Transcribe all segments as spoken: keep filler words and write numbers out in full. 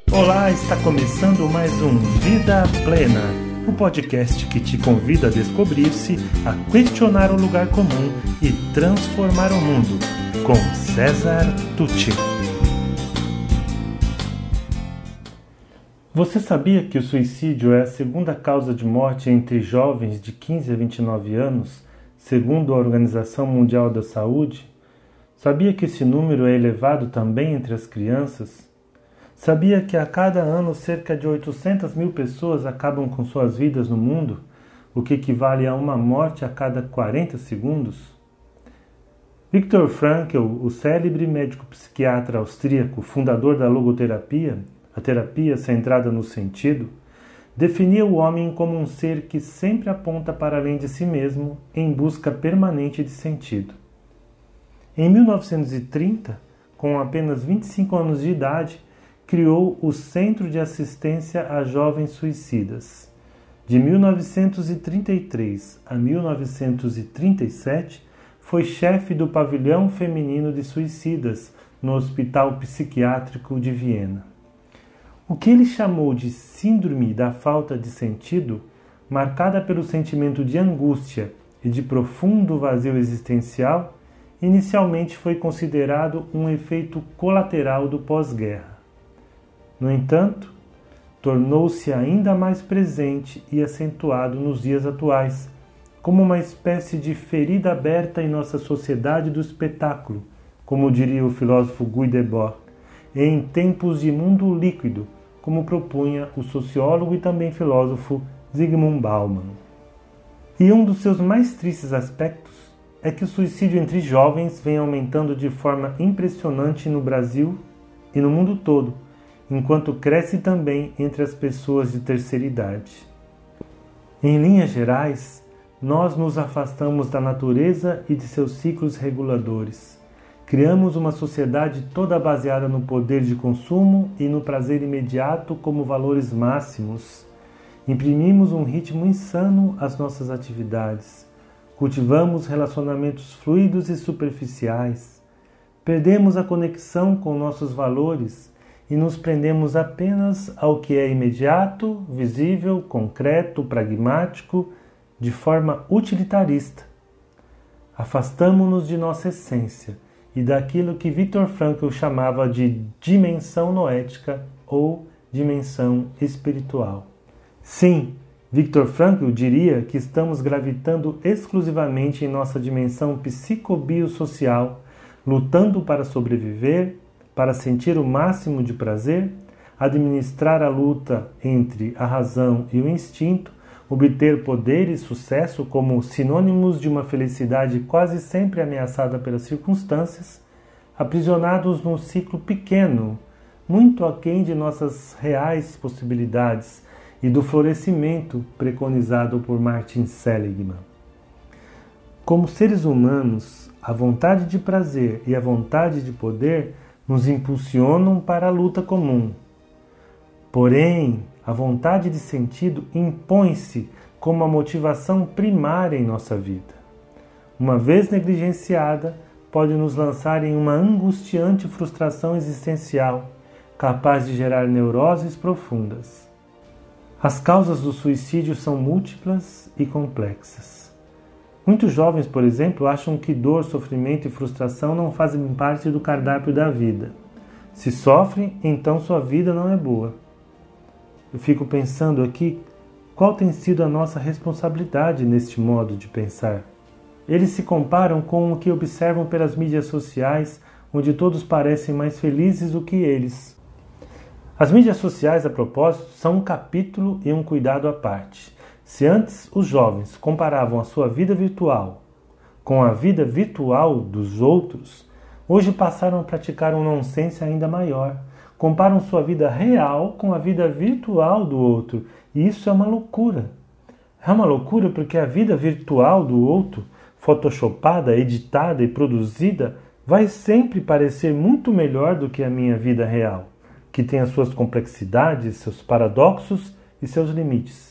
Olá, está começando mais um Vida Plena, o podcast que te convida a descobrir-se, a questionar o lugar comum e transformar o mundo, com César Tucci. Você sabia que o suicídio é a segunda causa de morte entre jovens de quinze a vinte e nove anos, segundo a Organização Mundial da Saúde? Sabia que esse número é elevado também entre as crianças? Sabia que a cada ano cerca de oitocentas mil pessoas acabam com suas vidas no mundo, o que equivale a uma morte a cada quarenta segundos? Viktor Frankl, o célebre médico psiquiatra austríaco, fundador da logoterapia, a terapia centrada no sentido, definia o homem como um ser que sempre aponta para além de si mesmo em busca permanente de sentido. Em mil novecentos e trinta, com apenas vinte e cinco anos de idade, criou o Centro de Assistência a Jovens Suicidas. De mil novecentos e trinta e três a mil novecentos e trinta e sete, foi chefe do Pavilhão Feminino de Suicidas no Hospital Psiquiátrico de Viena. O que ele chamou de Síndrome da Falta de Sentido, marcada pelo sentimento de angústia e de profundo vazio existencial, inicialmente foi considerado um efeito colateral do pós-guerra. No entanto, tornou-se ainda mais presente e acentuado nos dias atuais, como uma espécie de ferida aberta em nossa sociedade do espetáculo, como diria o filósofo Guy Debord, em tempos de mundo líquido, como propunha o sociólogo e também filósofo Zygmunt Bauman. E um dos seus mais tristes aspectos é que o suicídio entre jovens vem aumentando de forma impressionante no Brasil e no mundo todo, enquanto cresce também entre as pessoas de terceira idade. Em linhas gerais, nós nos afastamos da natureza e de seus ciclos reguladores. Criamos uma sociedade toda baseada no poder de consumo e no prazer imediato como valores máximos. Imprimimos um ritmo insano às nossas atividades. Cultivamos relacionamentos fluidos e superficiais. Perdemos a conexão com nossos valores e nos prendemos apenas ao que é imediato, visível, concreto, pragmático, de forma utilitarista. Afastamo-nos de nossa essência e daquilo que Viktor Frankl chamava de dimensão noética ou dimensão espiritual. Sim, Viktor Frankl diria que estamos gravitando exclusivamente em nossa dimensão psicobiosocial, lutando para sobreviver, para sentir o máximo de prazer, administrar a luta entre a razão e o instinto, obter poder e sucesso como sinônimos de uma felicidade quase sempre ameaçada pelas circunstâncias, aprisionados num ciclo pequeno, muito aquém de nossas reais possibilidades e do florescimento preconizado por Martin Seligman. Como seres humanos, a vontade de prazer e a vontade de poder nos impulsionam para a luta comum. Porém, a vontade de sentido impõe-se como a motivação primária em nossa vida. Uma vez negligenciada, pode nos lançar em uma angustiante frustração existencial, capaz de gerar neuroses profundas. As causas do suicídio são múltiplas e complexas. Muitos jovens, por exemplo, acham que dor, sofrimento e frustração não fazem parte do cardápio da vida. Se sofrem, então sua vida não é boa. Eu fico pensando aqui qual tem sido a nossa responsabilidade neste modo de pensar. Eles se comparam com o que observam pelas mídias sociais, onde todos parecem mais felizes do que eles. As mídias sociais, a propósito, são um capítulo e um cuidado à parte. Se antes os jovens comparavam a sua vida virtual com a vida virtual dos outros, hoje passaram a praticar um nonsense ainda maior. Comparam sua vida real com a vida virtual do outro, e isso é uma loucura. É uma loucura porque a vida virtual do outro, photoshopada, editada e produzida, vai sempre parecer muito melhor do que a minha vida real, que tem as suas complexidades, seus paradoxos e seus limites.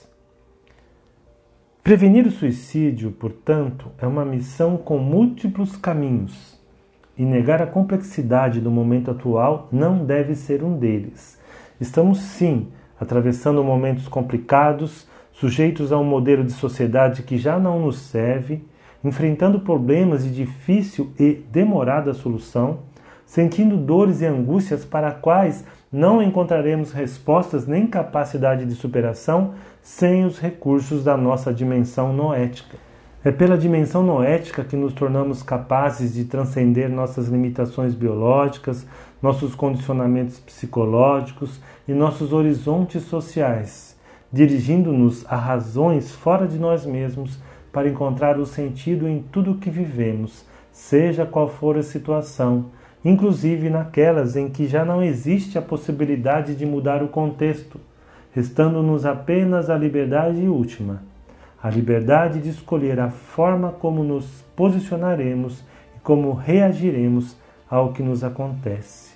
Prevenir o suicídio, portanto, é uma missão com múltiplos caminhos, e negar a complexidade do momento atual não deve ser um deles. Estamos sim atravessando momentos complicados, sujeitos a um modelo de sociedade que já não nos serve, enfrentando problemas de difícil e demorada solução, sentindo dores e angústias para as quais não encontraremos respostas nem capacidade de superação sem os recursos da nossa dimensão noética. É pela dimensão noética que nos tornamos capazes de transcender nossas limitações biológicas, nossos condicionamentos psicológicos e nossos horizontes sociais, dirigindo-nos a razões fora de nós mesmos para encontrar o sentido em tudo o que vivemos, seja qual for a situação, inclusive naquelas em que já não existe a possibilidade de mudar o contexto, restando-nos apenas a liberdade última, a liberdade de escolher a forma como nos posicionaremos e como reagiremos ao que nos acontece.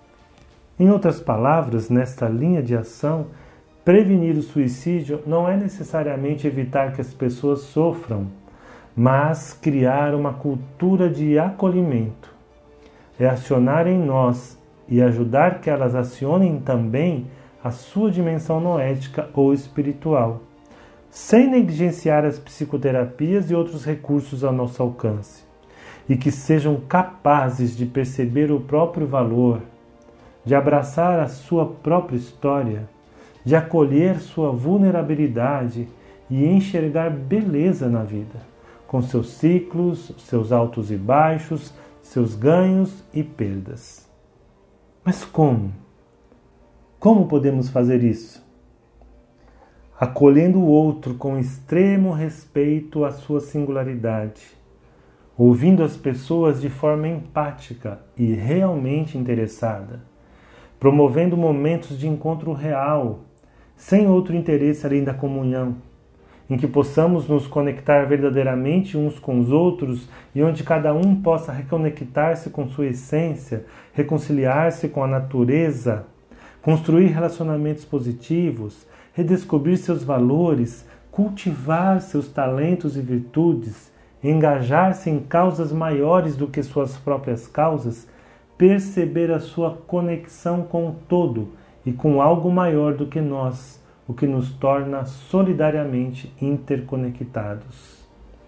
Em outras palavras, nesta linha de ação, prevenir o suicídio não é necessariamente evitar que as pessoas sofram, mas criar uma cultura de acolhimento. É acionar em nós e ajudar que elas acionem também a sua dimensão noética ou espiritual, sem negligenciar as psicoterapias e outros recursos ao nosso alcance, e que sejam capazes de perceber o próprio valor, de abraçar a sua própria história, de acolher sua vulnerabilidade e enxergar beleza na vida, com seus ciclos, seus altos e baixos, seus ganhos e perdas. Mas como? Como podemos fazer isso? Acolhendo o outro com extremo respeito à sua singularidade, ouvindo as pessoas de forma empática e realmente interessada, promovendo momentos de encontro real, sem outro interesse além da comunhão, em que possamos nos conectar verdadeiramente uns com os outros e onde cada um possa reconectar-se com sua essência, reconciliar-se com a natureza, construir relacionamentos positivos, redescobrir seus valores, cultivar seus talentos e virtudes, engajar-se em causas maiores do que suas próprias causas, perceber a sua conexão com o todo e com algo maior do que nós, o que nos torna solidariamente interconectados.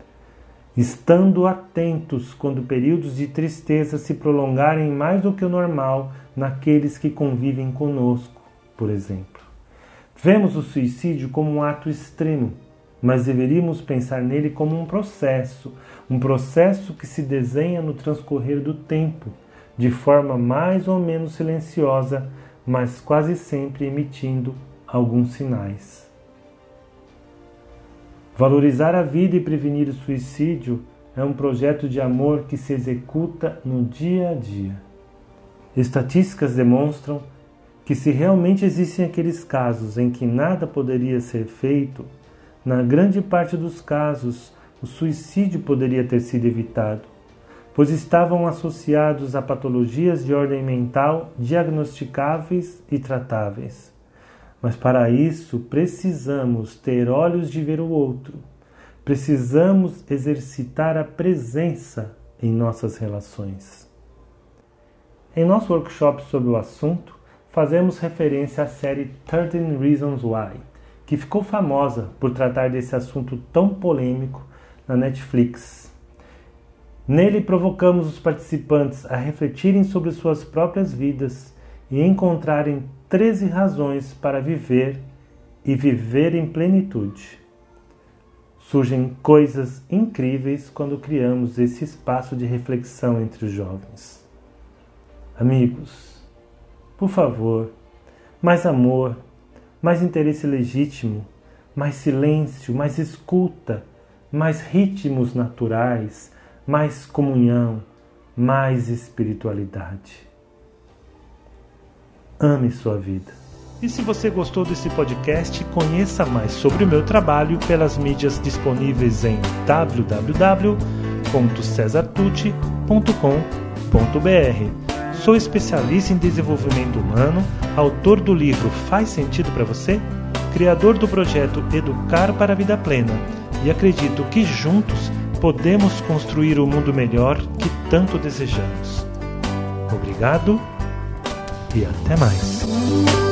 Estando atentos quando períodos de tristeza se prolongarem mais do que o normal naqueles que convivem conosco, por exemplo. Vemos o suicídio como um ato extremo, mas deveríamos pensar nele como um processo, um processo que se desenha no transcorrer do tempo, de forma mais ou menos silenciosa, mas quase sempre emitindo alguns sinais. Valorizar a vida e prevenir o suicídio é um projeto de amor que se executa no dia a dia. Estatísticas demonstram que se realmente existem aqueles casos em que nada poderia ser feito, na grande parte dos casos o suicídio poderia ter sido evitado, pois estavam associados a patologias de ordem mental diagnosticáveis e tratáveis. Mas para isso precisamos ter olhos de ver o outro, precisamos exercitar a presença em nossas relações. Em nosso workshop sobre o assunto, fazemos referência à série treze Reasons Why, que ficou famosa por tratar desse assunto tão polêmico na Netflix. Nele provocamos os participantes a refletirem sobre suas próprias vidas e encontrarem treze razões para viver e viver em plenitude. Surgem coisas incríveis quando criamos esse espaço de reflexão entre os jovens. Amigos, por favor, mais amor, mais interesse legítimo, mais silêncio, mais escuta, mais ritmos naturais, mais comunhão, mais espiritualidade. Ame sua vida. E se você gostou desse podcast, conheça mais sobre o meu trabalho pelas mídias disponíveis em w w w ponto cesar tucci ponto com ponto b r. Sou especialista em desenvolvimento humano, autor do livro Faz Sentido para Você? Criador do projeto Educar para a Vida Plena, e acredito que juntos podemos construir o mundo melhor que tanto desejamos. Obrigado e até mais.